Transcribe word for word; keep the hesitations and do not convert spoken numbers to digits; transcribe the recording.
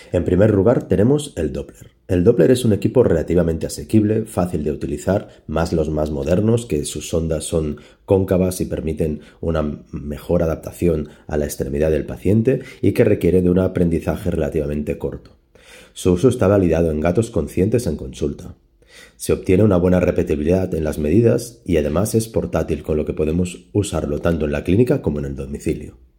En primer lugar, tenemos el Doppler. El Doppler es un equipo relativamente asequible, fácil de utilizar, más los más modernos, que sus sondas son cóncavas y permiten una mejor adaptación a la extremidad del paciente y que requiere de un aprendizaje relativamente corto. Su uso está validado en gatos conscientes en consulta. Se obtiene una buena repetibilidad en las medidas y además es portátil, con lo que podemos usarlo tanto en la clínica como en el domicilio.